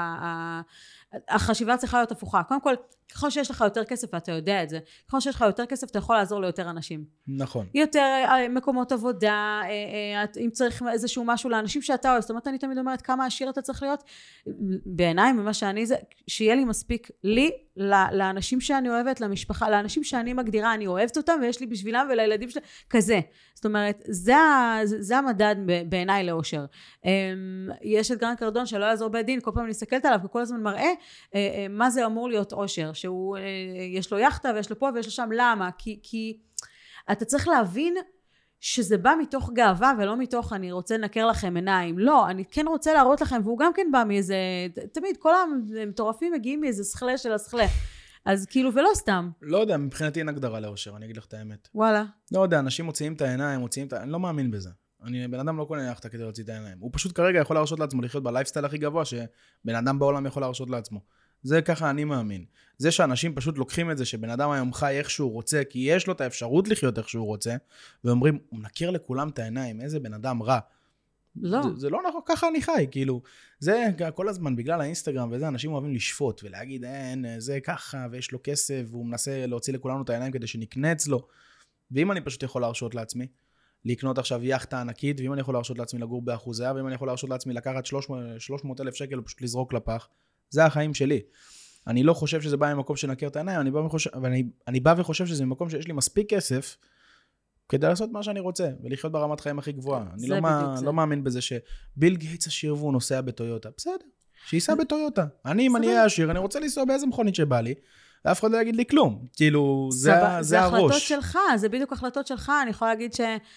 החשיבה צריכה להיות הפוכה. קודם כל, ככל שיש לך יותר כסף, ואתה יודע את זה, ככל שיש לך יותר כסף, אתה יכול לעזור ליותר אנשים. נכון. יותר מקומות עבודה, אם צריך איזשהו משהו לאנשים שאתה אוהב, זאת אומרת, אני תמיד אומרת כמה עשיר אתה צריך להיות, בעיניי, ממה שאני זה, שיהיה לי מספיק לי, לאנשים שאני אוהבת, למשפחה, לאנשים שאני מגדירה, אני אוהבת אותם, ויש לי בשבילם ולילדים שלי, כזה. זאת אומרת, זה המדד בעיניי לאושר. יש את גרנט קרדון שלא יעזור בדין, כל פעם אני מסתכלת עליו, וכל הזמן מראה מה זה אמור להיות אושר, שהוא, יש לו יחטה ויש לו פה ויש לו שם, למה? כי אתה צריך להבין שזה בא מתוך גאווה ולא מתוך אני רוצה לנקר לכם עיניים. לא, אני כן רוצה להראות לכם, והוא גם כן בא מאיזה, תמיד כל המטורפים מגיעים מאיזה שכלה של השכלה. אז כאילו, ולא סתם. לא יודע, מבחינתי אין הגדרה לאושר, אני אגיד לך את האמת. וואלה. לא יודע, אנשים מוציאים את העיניים, אני לא מאמין בזה. בן אדם לא קונה יאכטה כדי להוציא את העיניים. הוא פשוט כרגע יכול להרשות לעצמו לחיות בלייפסטייל הכי גבוה, שבן אדם בעולם יכול להרשות לעצמו. זה ככה אני מאמין. זה שאנשים פשוט לוקחים את זה, שבן אדם היום חי איך שהוא רוצה, כי יש לו את האפשרות לחיות איך שהוא רוצה, ואומרים, הוא מכיר לכולם את העיניים, איזה בן אדם רע. לא. זה לא נכון, ככה אני חי, כאילו, זה כל הזמן, בגלל האינסטגרם וזה, אנשים אוהבים לשפוט, ולהגיד, אין, זה ככה, ויש לו כסף, והוא מנסה להוציא לכולנו את העיניים כדי שנקנה אצלו. ואם אני פשוט יכול להרשות לעצמי, לקנות עכשיו יאכטה ענקית, ואם אני יכול להרשות לעצמי לגור באחוזיה, ואם אני יכול להרשות לעצמי לקחת 300,000 שקל ופשוט לזרוק לפח, זה החיים שלי. אני לא חושב שזה בא ממקום שנכיר את העיניים, אני בא וחושב שזה ממקום שיש לי מספיק כסף, כדי לעשות מה שאני רוצה, ולחיות ברמת חיים הכי גבוהה. אני לא מאמין בזה שביל גייטס עשיר והוא נוסע בטויוטה. בסדר, שייסע בטויוטה. אם אני אהיה עשיר, אני רוצה לנסוע באיזה מכונית שבא לי, ואף אחד לא יגיד לי כלום. כאילו, זה הראש. זה החלטות שלך, זה בדיוק החלטות שלך. אני יכולה להגיד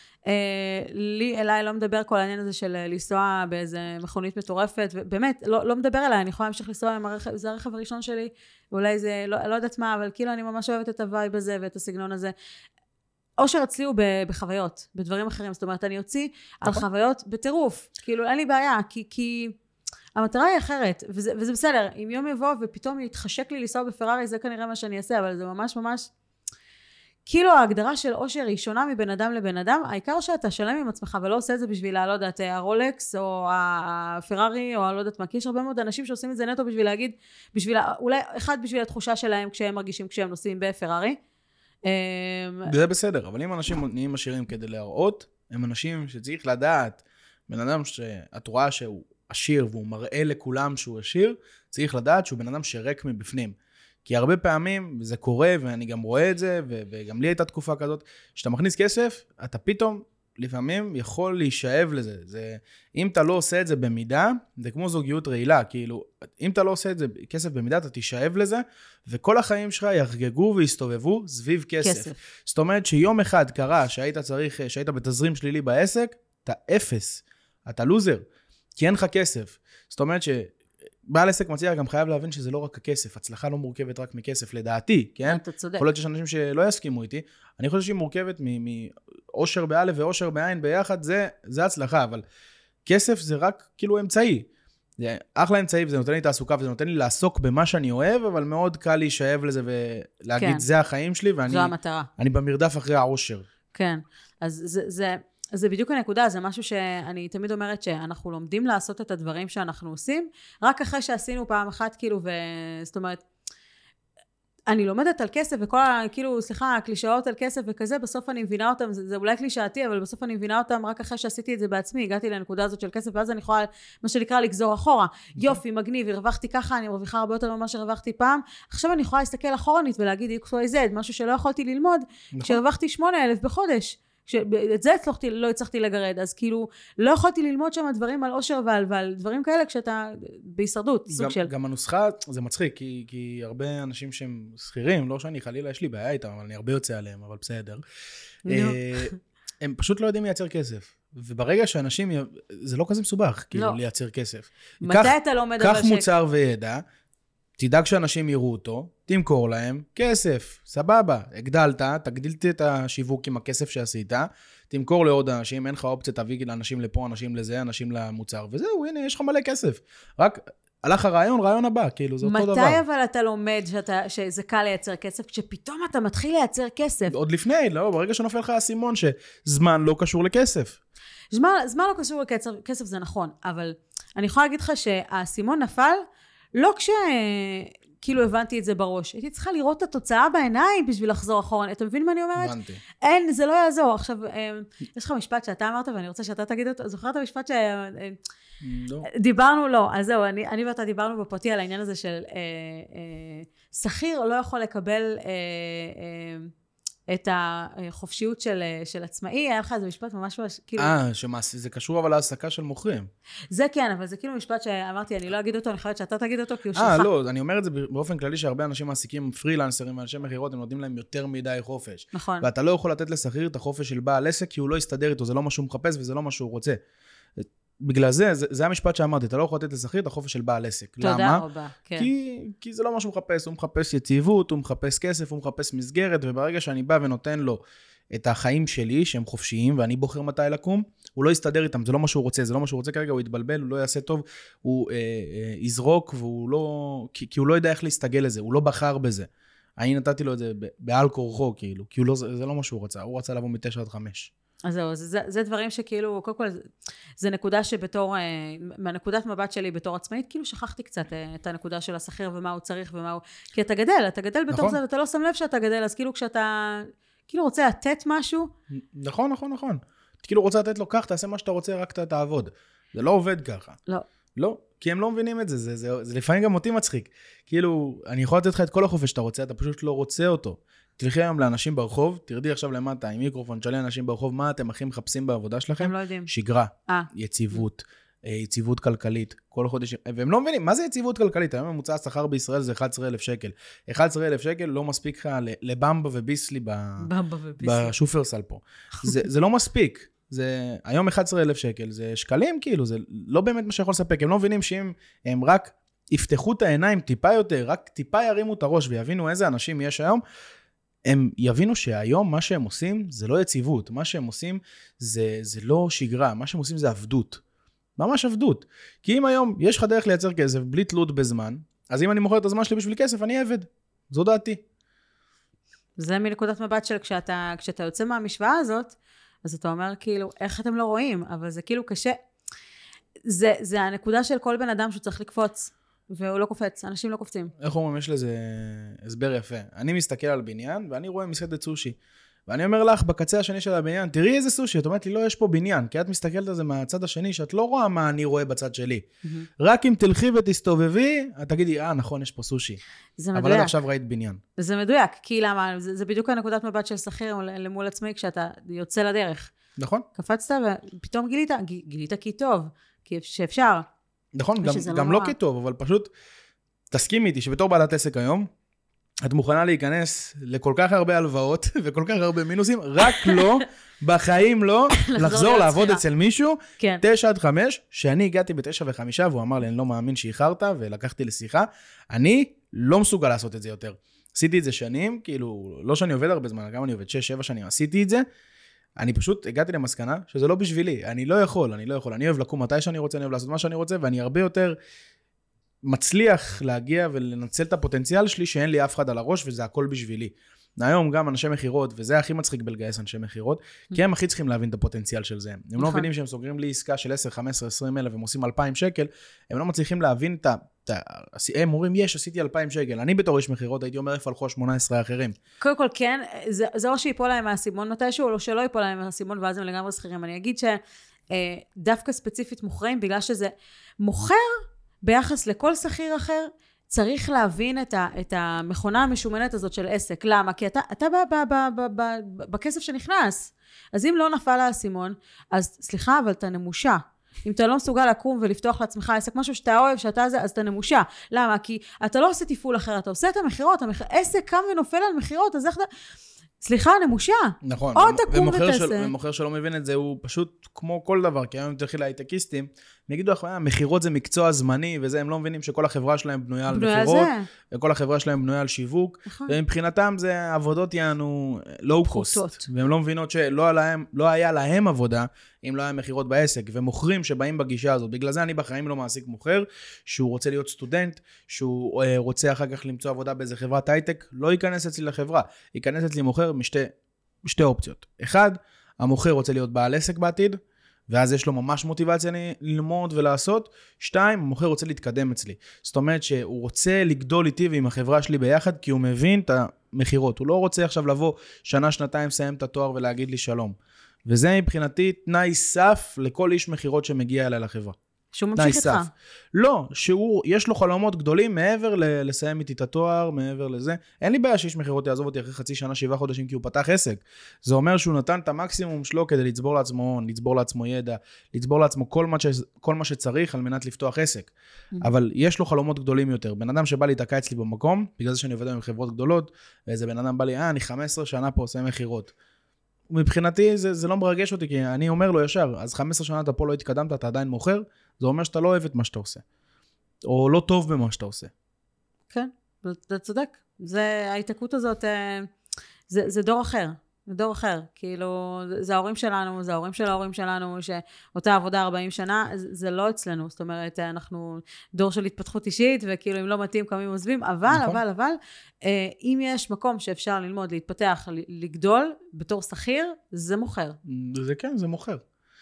אליי לא מדבר כל העניין הזה של לנסוע באיזה מכונית מטורפת, ובאמת, לא מדבר אליי, אני יכולה להמשיך לנסוע עם הרכב, זה הרכב הראשון שלי, אולי זה, לא יודעת מה, אבל כאילו אני ממש אוהבת את הווייב הזה ואת הסגנון הזה. אושר אצלי הוא בחוויות, בדברים אחרים, זאת אומרת, אני אוציא על חוויות בטירוף, כאילו אין לי בעיה, כי המטרה היא אחרת, וזה בסדר, אם יום יבוא ופתאום יתחשק לי לנסוע בפרארי, זה כנראה מה שאני אעשה, אבל זה ממש ממש, כאילו ההגדרה של אושר היא שונה מבן אדם לבן אדם, העיקר שאתה שלם עם עצמך ולא עושה את זה בשביל, לא יודעת, הרולקס או הפרארי או לא יודעת מה, כי יש הרבה מאוד אנשים שעושים את זה נטו בשביל להגיד, אולי אחד בשביל התחושה שלהם כשהם מרגישים כשהם נוסעים בפרארי, זה בסדר, אבל אם אנשים נהיים עשירים כדי להראות, הם אנשים שצריך לדעת, בן אדם שאת רואה שהוא עשיר והוא מראה לכולם שהוא עשיר, צריך לדעת שהוא בן אדם שרק מבפנים. כי הרבה פעמים זה קורה, ואני גם רואה את זה, וגם לי הייתה תקופה כזאת, שאתה מכניס כסף, אתה פתאום לפעמים יכול להישאב לזה. אם אתה לא עושה את זה במידה, זה כמו זוגיות רעילה, כאילו, אם אתה לא עושה את זה כסף במידה, אתה תישאב לזה, וכל החיים שלך יחגגו ויסתובבו סביב כסף. זאת אומרת שיום אחד קרה שהיית בתזרים שלילי בעסק, אתה אפס, אתה לוזר, כי אין לך כסף. זאת אומרת בעל עסק מצליח גם חייב להבין שזה לא רק הכסף, הצלחה לא מורכבת רק מכסף, לדעתי, כן? אתה צודק. יכול להיות שיש אנשים שלא יסכימו איתי, אני חושב שהיא מורכבת מאושר באלף ואושר בעין ביחד, זה הצלחה, אבל כסף זה רק כאילו אמצעי. זה אחלה אמצעי, וזה נותן לי תעסוקה, וזה נותן לי לעסוק במה שאני אוהב, אבל מאוד קל להישאב לזה ולהגיד, כן. זה החיים שלי, זו המטרה. אני במרדף אחרי האושר. כן, אז זה בדיוק הנקודה, זה משהו שאני תמיד אומרת שאנחנו לומדים לעשות את הדברים שאנחנו עושים, רק אחרי שעשינו פעם אחת, כאילו, זאת אומרת, אני לומדת על כסף, וכל כאילו, הקלישאות על כסף וכזה, בסוף אני מבינה אותם, זה אולי קלישאתי, אבל בסוף אני מבינה אותם רק אחרי שעשיתי את זה בעצמי, הגעתי לנקודה הזאת של כסף, ואז אני יכולה, מה שנקרא, לגזור אחורה. יופי, מגניב, הרווחתי ככה, אני מרוויחה הרבה יותר ממה שהרווחתי פעם, עכשיו אני יכולה להסתכל אחורנית ולהגיד XYZ, משהו שלא יכולתי ללמוד, כשהרווחתי 8,000 בחודש. את זה לא הצלחתי לגרד, אז כאילו לא יכולתי ללמוד שם דברים על אושר ועל דברים כאלה כשאתה בהישרדות, סוג של. גם הנוסחה, זה מצחיק, כי הרבה אנשים שהם שכירים, לא שאני חלילה, יש לי בעיה איתם, אבל אני הרבה יוצא עליהם, אבל בסדר. הם פשוט לא יודעים לייצר כסף. וברגע שאנשים, זה לא כזה מסובך, כאילו לייצר כסף. מתי אתה לומד אבל קח מוצר וידע, תדאג שאנשים יראו אותו, תמכור להם, כסף, סבבה, הגדלת, תגדיל את השיווק עם הכסף שעשית, תמכור לעוד אנשים, אין לך אופציה, תביא אנשים לפה, אנשים לזה, אנשים למוצר, וזהו, הנה, יש לך מלא כסף. רק הלך הרעיון הבא, כאילו, זה אותו דבר. מתי אבל אתה לומד שזה קל לייצר כסף, כשפתאום אתה מתחיל לייצר כסף? עוד לפני, לא, ברגע שנופל לך הסימון, שזמן לא קשור לכסף. זמן לא קשור לכסף, זה נכון, אבל אני יכולה להגיד לך שהסימון נפל, לא כאילו הבנתי את זה בראש. הייתי צריכה לראות את התוצאה בעיניים בשביל לחזור אחורה. אתה מבין מה אני אומרת? הבנתי. אין, זה לא יעזור. עכשיו, יש לך משפט שאתה אמרת, ואני רוצה שאתה תגיד אותו. זוכרת המשפט לא. דיברנו, לא. אז זהו, אני ואתה דיברנו בפרטי על העניין הזה של שכיר לא יכול לקבל את החופשיות של עצמאי, היה לך איזה משפט ממש כאילו... זה קשור אבל להעסקה של מוכרים. זה כן, אבל זה כאילו משפט שאמרתי, אני לא אגיד אותו, אני חושבת שאתה תגיד אותו, כי הוא שלך. לא, אני אומר את זה באופן כללי, שהרבה אנשים מעסיקים פרילנסרים ואנשי מחירות, הם נותנים להם יותר מדי חופש. נכון. ואתה לא יכול לתת לשכיר את החופש של בעל עסק, כי הוא לא יסתדר איתו, זה לא מה שהוא מחפש וזה לא מה שהוא רוצה. בגלל זה המשפט שאמרתי, אתה לא יכול לתת לשכיר את החופש של בעל עסק. תודה למה? רבה, כן. כי זה לא מה שהוא מחפש, הוא מחפש יציבות, הוא מחפש כסף, הוא מחפש מסגרת, וברגע שאני בא ונותן לו את החיים שלי, שהם חופשיים, ואני בוחר מתי לקום, הוא לא יסתדר איתם, זה לא מה שהוא רוצה, זה לא מה שהוא רוצה כרגע, הוא יתבלבל, הוא לא יעשה טוב, הוא יזרוק, והוא לא, כי הוא לא יודע איך להסתגל לזה, הוא לא בחר בזה. אני נתתי לו את זה בעל כורחו, כאילו, כי זה לא מה שהוא רצה, הוא רצה לבוא מ-9 עד 5. אז זהו, זה דברים שכאילו, קודם כל, זה נקודה שבתור, מהנקודת מבט שלי בתור עצמאית, כאילו שכחתי קצת את הנקודה של השכיר ומה הוא צריך ומה הוא, כי אתה גדל בתור זה, ואתה לא שם לב שאתה גדל, אז כאילו כשאתה, כאילו רוצה לתת משהו. נכון. אתה כאילו רוצה לתת לו כך, תעשה מה שאתה רוצה, רק תעבוד. זה לא עובד ככה. לא, כי הם לא מבינים את זה, זה לפעמים גם אותי מצחיק. כאילו, אני יכול לתת לך את כל החופש שאתה רוצה, אתה פשוט לא רוצה אותו. תלכי היום לאנשים ברחוב, תרדי עכשיו למטה עם מיקרופון, תשאלי אנשים ברחוב, מה אתם הכי מחפשים בעבודה שלכם? הם לא יודעים. שגרה, יציבות כלכלית, כל חודש, והם לא מבינים, מה זה יציבות כלכלית? היום ממוצע השכר בישראל זה 11,000 שקל. 11,000 שקל לא מספיק לך לבמבה וביסלי בשופרסל פה. זה לא מספיק. היום 11,000 שקל, זה שקלים כאילו, זה לא באמת מה שיכול לספק. הם לא מבינים שאם הם רק יפתחו את העיניים טיפה יותר, רק טיפה ירימו את הראש ויבינו איזה אנשים יש היום, הם יבינו שהיום מה שהם עושים זה לא יציבות, מה שהם עושים זה לא שגרה, מה שהם עושים זה עבדות. ממש עבדות. כי אם היום יש לך דרך לייצר כסף בלי תלות בזמן, אז אם אני מוכר את הזמן שלי בשביל כסף, אני עבד. זו דעתי. זה מנקודת מבט של כשאתה יוצא מהמשוואה הזאת, אז אתה אומר כאילו, איך אתם לא רואים? אבל זה כאילו קשה. זה הנקודה של כל בן אדם שצריך לקפוץ, והוא לא קופץ, אנשים לא קופצים. איך אומרים, יש לזה הסבר יפה. אני מסתכל על בניין, ואני רואה מסעדת סושי. ואני אומר לך, בקצה השני של הבניין, תראי איזה סושי, את אומרת לי, לא, יש פה בניין, כי את מסתכלת על זה מהצד השני, שאת לא רואה מה אני רואה בצד שלי. רק אם תלכי ותסתובבי, את תגידי, נכון, יש פה סושי. אבל עד עכשיו ראית בניין. זה מדויק, כי למה? זה בדיוק הנקודת מבט של שכיר למול עצמי, כשאתה יוצא לדרך. נכון. קפצת ופתאום גילית כי טוב, כי שאפשר. נכון, גם לא כטוב, אבל פשוט תסכימי איתי שבתור בעלת עסק היום, את מוכנה להיכנס לכל כך הרבה הלוואות וכל כך הרבה מינוסים, רק לא, בחיים לא, לחזור לעבוד אצל מישהו, 9 עד 5, שאני הגעתי ב9 ו5, והוא אמר לי, אני לא מאמין שאיחרת, ולקחתי לשיחה, אני לא מסוגל לעשות את זה יותר. עשיתי את זה שנים, כאילו, לא שאני עובד הרבה זמן, גם אני עובד 6-7 שנים, עשיתי את זה, אני פשוט הגעתי למסקנה שזה לא בשבילי, אני לא יכול, אני אוהב לקום מתי שאני רוצה, אני אוהב לעשות מה שאני רוצה, ואני הרבה יותר מצליח להגיע ולנצל את הפוטנציאל שלי שאין לי אף אחד על הראש, וזה הכל בשבילי. היום גם אנשי מחירות, וזה הכי מצחיק בלגייס אנשי מחירות, כי הם הכי צריכים להבין את הפוטנציאל של זה. הם לא מבינים שהם סוגרים לי עסקה של 10, 15, 20 אלף, והם עושים 2,000 שקל, הם לא מצליחים להבין הם אומרים, עשיתי 2,000 שקל. אני בתור איש מחירות הייתי אומר, איפה הלכו 18 האחרים. קודם כל, כן, זה או שיפול להם מהסימון מתישהו, או שלא יפול להם מהסימון, ואז הם לגמרי שכירים. אני אגיד שדווקא ספציפית מוכרים, בגלל שזה מוכר ביחס לכל שכיר אחר, צריך להבין את המכונה המשומנת הזאת של עסק. למה? כי אתה בכסף שנכנס. אז אם לא נפל האסימון, אז סליחה, אבל אתה נמושה. אם אתה לא מסוגל לקום ולפתוח לעצמך עסק, משהו שאתה אוהב, שאתה זה, אז אתה נמושה. למה? כי אתה לא עושה טיפול אחר, אתה עושה את המחירות, עסק קם ונופל על מחירות, אז איך אתה... סליחה, נמושה. נכון. או תקום ותעשה. ומוכר שלא מבין את זה, הוא פשוט כמו כל דבר, כי היום תלכי להייטקיסטים, הם יגידו לך, מחירות זה מקצוע זמני, וזה, הם לא מבינים שכל החברה שלהם בנויה על מחירות, וכל החברה שלהם בנויה על שיווק, ומבחינתם זה עבודות יענו לואו קוסט, והם לא מבינות שלא היה להם עבודה, אם לא היה מחירות בעסק, ומוכרים שבאים בגישה הזאת. בגלל זה אני בחיים לא מעסיק מוכר, שהוא רוצה להיות סטודנט, שהוא רוצה אחר כך למצוא עבודה באיזה חברת הייטק, לא ייכנס אצלי לחברה, ייכנס אצלי מוכר משתי אופציות. אחד, המוכר רוצה להיות בעל עסק בעתיד, ואז יש לו ממש מוטיבציה ללמוד ולעשות. 2, המוכר רוצה להתקדם אצלי. זאת אומרת שהוא רוצה לגדול איתי ועם החברה שלי ביחד, כי הוא מבין את המחירות. הוא לא רוצה עכשיו לבוא שנה, שנתיים, סיים את התואר ולהגיד לי שלום. וזה מבחינתי תנאי סף לכל איש מחירות שמגיע אליי לחברה. שהוא ממשיך איתך. לא, יש לו חלומות גדולים מעבר לסיים איתי את התואר, מעבר לזה. אין לי בעיה שיש מחירות יעזוב אותי אחרי חצי שנה, 7 חודשים, כי הוא פתח עסק. זה אומר שהוא נתן את המקסימום שלו כדי לצבור לעצמו, לצבור לעצמו ידע, לצבור לעצמו כל מה שצריך על מנת לפתוח עסק. אבל יש לו חלומות גדולים יותר. בן אדם שבא להתעקע אצלי במקום, בגלל זה שאני עובד עם חברות גדולות, ואיזה בן אדם בא לי, אני 15 שנה פה עושה מחירות. מבחינתי זה לא מרגש אותי, כי אני אומר לו ישר, אז 15 שנה אתה פה לא התקדמת, אתה עדיין מוכר, זה אומר שאתה לא אוהב את מה שאתה עושה. או לא טוב במה שאתה עושה. כן, אתה צודק. ההתעקות הזאת, זה דור אחר. זה דור אחר. כאילו, זה ההורים שלנו, זה ההורים של ההורים שלנו, שאותה עבודה 40 שנה, זה לא אצלנו. זאת אומרת, אנחנו דור של התפתחות אישית, וכאילו, אם לא מתאים, קמים עוזבים, אבל, אם יש מקום שאפשר ללמוד, להתפתח, לגדול, בתור שכיר, זה מוכר. זה כן, זה מוכר.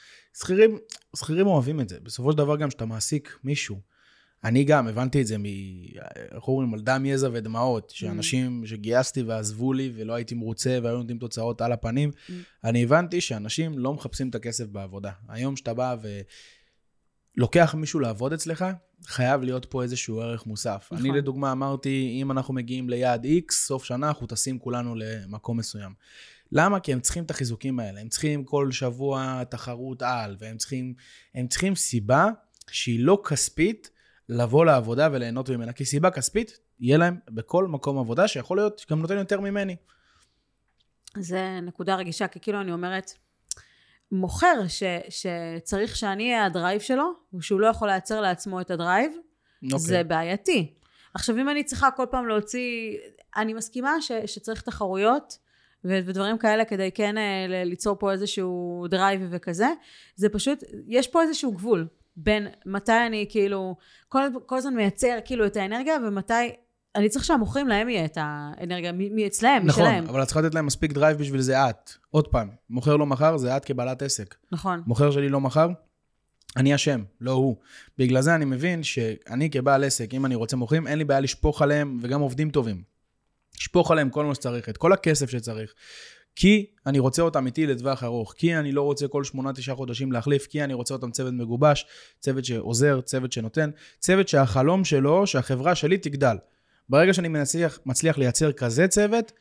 שכירים אוהבים את זה. בסופו של דבר גם שאתה מעסיק מישהו, אני גם הבנתי את זה איך אומרים, על דם, יזע ודמעות, שאנשים שגייסתי ועזבו לי ולא הייתי מרוצה והיו נותנים תוצאות על הפנים, אני הבנתי שאנשים לא מחפשים את הכסף בעבודה. היום שאתה בא ולוקח מישהו לעבוד אצלך, חייב להיות פה איזשהו ערך מוסף. נכון. אני לדוגמה אמרתי, אם אנחנו מגיעים ליעד X, סוף שנה אנחנו טסים כולנו למקום מסוים. למה? כי הם צריכים את החיזוקים האלה, הם צריכים כל שבוע תחרות על, והם צריכים סיבה שהיא לא כספית, לבוא לעבודה וליהנות ממנה, כי סיבה כספית, יהיה להם בכל מקום עבודה, שיכול להיות גם נותן יותר ממני. זה נקודה רגישה, כי כאילו אני אומרת, מוכר שצריך שאני אהיה הדרייב שלו, ושהוא לא יכול לייצר לעצמו את הדרייב, זה בעייתי. עכשיו, אם אני צריכה כל פעם להוציא, אני מסכימה שצריך תחרויות, ודברים כאלה כדי כן ליצור פה איזשהו דרייב וכזה, זה פשוט, יש פה איזשהו גבול. בין מתי אני כאילו, כל הזמן מייצר כאילו את האנרגיה, ומתי אני צריך שהמוכרים להם יהיה את האנרגיה, מאצלהם, נכון, משלהם. אבל את צריכה לתת להם מספיק דרייב בשביל זה את. עוד פעם, מוכר לא מחר, זה את כבעלת עסק. נכון. מוכר שלי לא מחר, אני אשם, לא הוא. בגלל זה אני מבין שאני כבעל עסק, אם אני רוצה מוכרים, אין לי בעיה לשפוך עליהם, וגם עובדים טובים. לשפוך עליהם כל מה שצריך, את כל הכסף שצריך. כי אני רוצה אותם איתי לטווח ארוך, כי אני לא רוצה כל 8-9 חודשים להחליף, כי אני רוצה אותם צוות מגובש, צוות שעוזר, צוות שנותן, צוות שהחלום שלו, שהחברה שלי תגדל. ברגע שאני מצליח לייצר כזה צוות,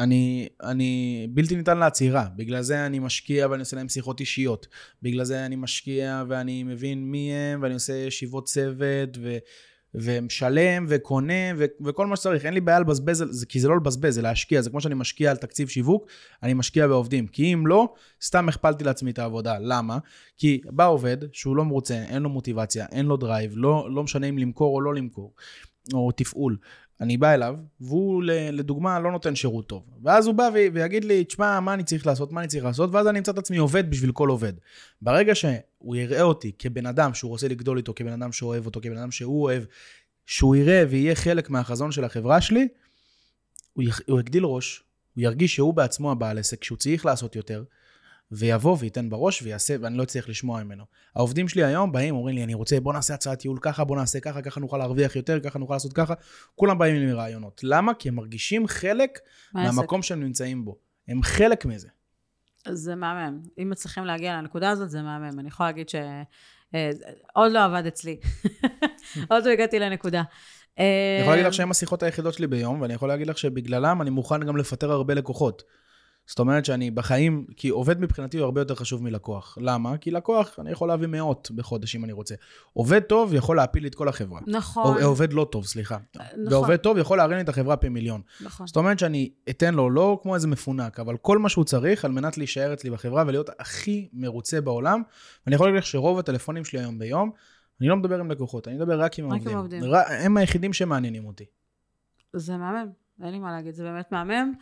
אני בלתי ניתן לעצירה. בגלל זה אני משקיע ואני עושה להם שיחות אישיות. בגלל זה אני משקיע ואני מבין מי הם, ואני עושה ישיבות צוות ומשלם וקונה וכל מה שצריך. אין לי בעיה לבזבז, כי זה לא לבזבז, זה להשקיע. זה כמו שאני משקיע על תקציב שיווק, אני משקיע בעובדים. כי אם לא, סתם הכפלתי לעצמי את העבודה. למה? כי בא עובד שהוא לא מרוצה, אין לו מוטיבציה, אין לו דרייב, לא משנה אם למכור או לא למכור, או תפעול. אני בא אליו, והוא לדוגמה לא נותן שירות טוב. ואז הוא בא ויגיד לי, תשמע, מה אני צריך לעשות, ואז אני אמצא את עצמי עובד בשביל כל עובד. ברגע שהוא יראה אותי כבן אדם שהוא רוצה לגדול איתו, כבן אדם שאוהב אותו, כבן אדם שהוא אוהב, שהוא יראה ויהיה חלק מהחזון של החברה שלי, הוא יגדיל ראש, הוא ירגיש שהוא בעצמו הבעל עסק, שהוא צריך לעשות יותר, ויבוא וייתן בראש ויעשה, ואני לא צריך לשמוע ממנו. העובדים שלי היום באים, אומרים לי, אני רוצה, בוא נעשה הצעת ייעול ככה, בוא נעשה ככה, ככה נוכל להרוויח יותר, ככה נוכל לעשות ככה. כולם באים לי מרעיונות. למה? כי הם מרגישים חלק מהמקום שהם נמצאים בו. הם חלק מזה. זה מהמם. אם מצליחים להגיע לנקודה הזאת, זה מהמם. אני יכולה להגיד עוד לא עבד אצלי. עוד לא הגעתי לנקודה. אני יכול להגיד לך שהם השיחות היחידות שלי ביום, ואני יכול להגיד לך שבגללם אני מוכן גם לפטר הרבה לקוחות. זאת אומרת שאני בחיים, כי עובד מבחינתי הוא הרבה יותר חשוב מלקוח. למה? כי לקוח אני יכול להביא מאות בחודש אם אני רוצה. עובד טוב יכול להפיל לי את כל החברה. נכון. או עובד לא טוב, סליחה. נכון. ועובד טוב יכול להרים לי את החברה פי מיליון. נכון. זאת אומרת שאני אתן לו לא כמו איזה מפונק, אבל כל מה שהוא צריך על מנת להישאר אצלי בחברה ולהיות הכי מרוצה בעולם. ואני יכול להגיד לך שרוב הטלפונים שלי היום ביום, אני לא מדבר עם לקוחות, אני מדבר רק עם עובדים. הם היחידים שמעניינים אותי. זה מהמם. אין לי מה להגיד, זה באמת מהמם.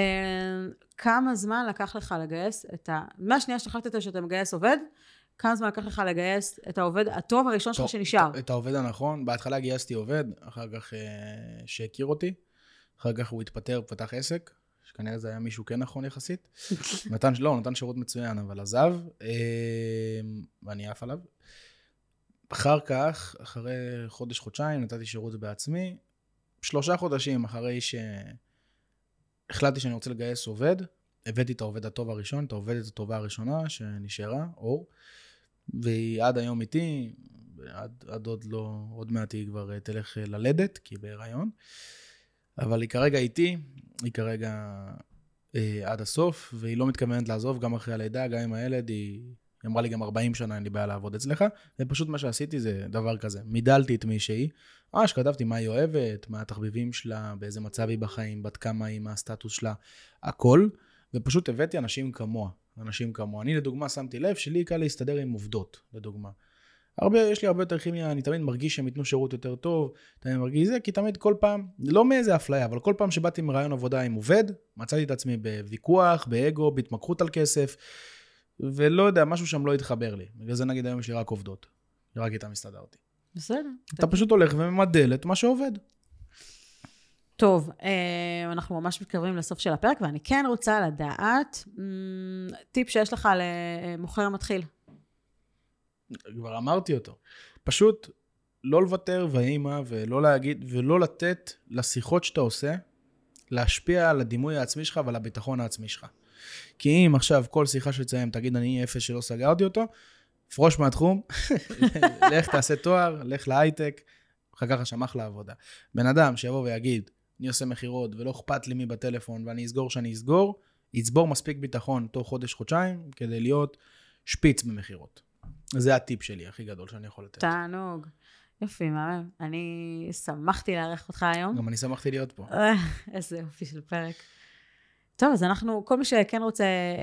כמה זמן לקח לך לגייס מהשנייה שחלטת שאתה מגייס עובד, כמה זמן לקח לך לגייס את העובד הטוב הראשון שלך שנשאר? את העובד הנכון, בהתחלה גייסתי עובד, אחר כך שהכיר אותי, אחר כך הוא התפטר ופתח עסק, שכנראה זה היה מישהו כן נכון יחסית, נתן שירות מצוין, אבל עזב, ואני עף עליו. אחר כך, אחרי חודש-חודשיים, נתתי שירות בעצמי, 3 חודשים אחרי שהחלטתי שאני רוצה לגייס עובד, הבאתי את העובד הטוב הראשון, את העובדת הטובה הראשונה שנשארה, אור, והיא עד היום איתי, עד עוד מעט היא כבר תלך ללדת, כי היא בהיריון, אבל היא כרגע איתי, היא כרגע עד הסוף, והיא לא מתכוונת לעזוב גם אחרי הלידה, גם עם הילד, היא אמרה לי גם 40 שנה אין לי בעיה לעבוד אצלך, ופשוט מה שעשיתי זה דבר כזה, מידלתי את מי שהיא, שכתבתי מה היא אוהבת, מה התחביבים שלה, באיזה מצב היא בחיים, בת כמה היא, מה הסטטוס שלה, הכל, ופשוט הבאתי אנשים כמוה. אני לדוגמה שמתי לב שלי קל להסתדר עם עובדות, לדוגמה. יש לי הרבה יותר כימיה, אני תמיד מרגיש שהם ייתנו שירות יותר טוב, תמיד מרגיש זה, כי תמיד כל פעם, לא מאיזה אפליה, אבל כל פעם שבאתי מרעיון עבודה עם עובד, מצאתי את עצמי בוויכוח, באגו, בהתמקחות על כסף, ולא יודע, משהו שם לא התחבר לי. בגלל זה נגיד היום יש לי רק עובדות, רק איתם הסתדרתי. בסדר. אתה פשוט הולך וממדל את מה שעובד. טוב, אנחנו ממש מתקרבים לסוף של הפרק, ואני כן רוצה לדעת, טיפ שיש לך למוכר מתחיל. כבר אמרתי אותו. פשוט לא לוותר ואימא, ולא להגיד, ולא לתת לשיחות שאתה עושה, להשפיע על הדימוי העצמי שלך ועל הביטחון העצמי שלך. כי אם עכשיו כל שיחה שתסיים, תגיד אני אפס שלא סגרתי אותו, פרוש מהתחום, לך תעשה תואר, לך להייטק, אחר כך השמח לעבודה. בן אדם שיבוא ויגיד, אני עושה מחירות ולא אכפת לי מי בטלפון ואני אסגור שאני אסגור, יצבור מספיק ביטחון תוך חודש-חודשיים כדי להיות שפיץ במחירות. זה הטיפ שלי הכי גדול שאני יכול לתת. תענוג. יופי, מהמם. אני שמחתי לארח אותך היום. גם אני שמחתי להיות פה. איזה יופי של פרק. טוב, אז אנחנו, כל מי שכן רוצה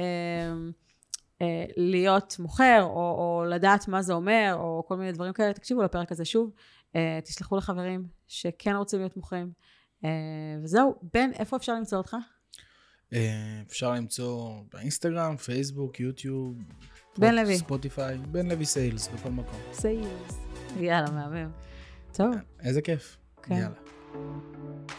להיות מוכר, או לדעת מה זה אומר, או כל מיני דברים כאלה, תקשיבו לפרק הזה שוב, תשלחו לחברים שכן רוצים להיות מוכרים. וזהו, בן, איפה אפשר למצוא אותך? אפשר למצוא באינסטגרם, פייסבוק, יוטיוב, בן לוי. ספוטיפיי, בן לוי סיילס, בכל מקום. סיילס. יאללה, מהמם. טוב. איזה כיף. כן. יאללה.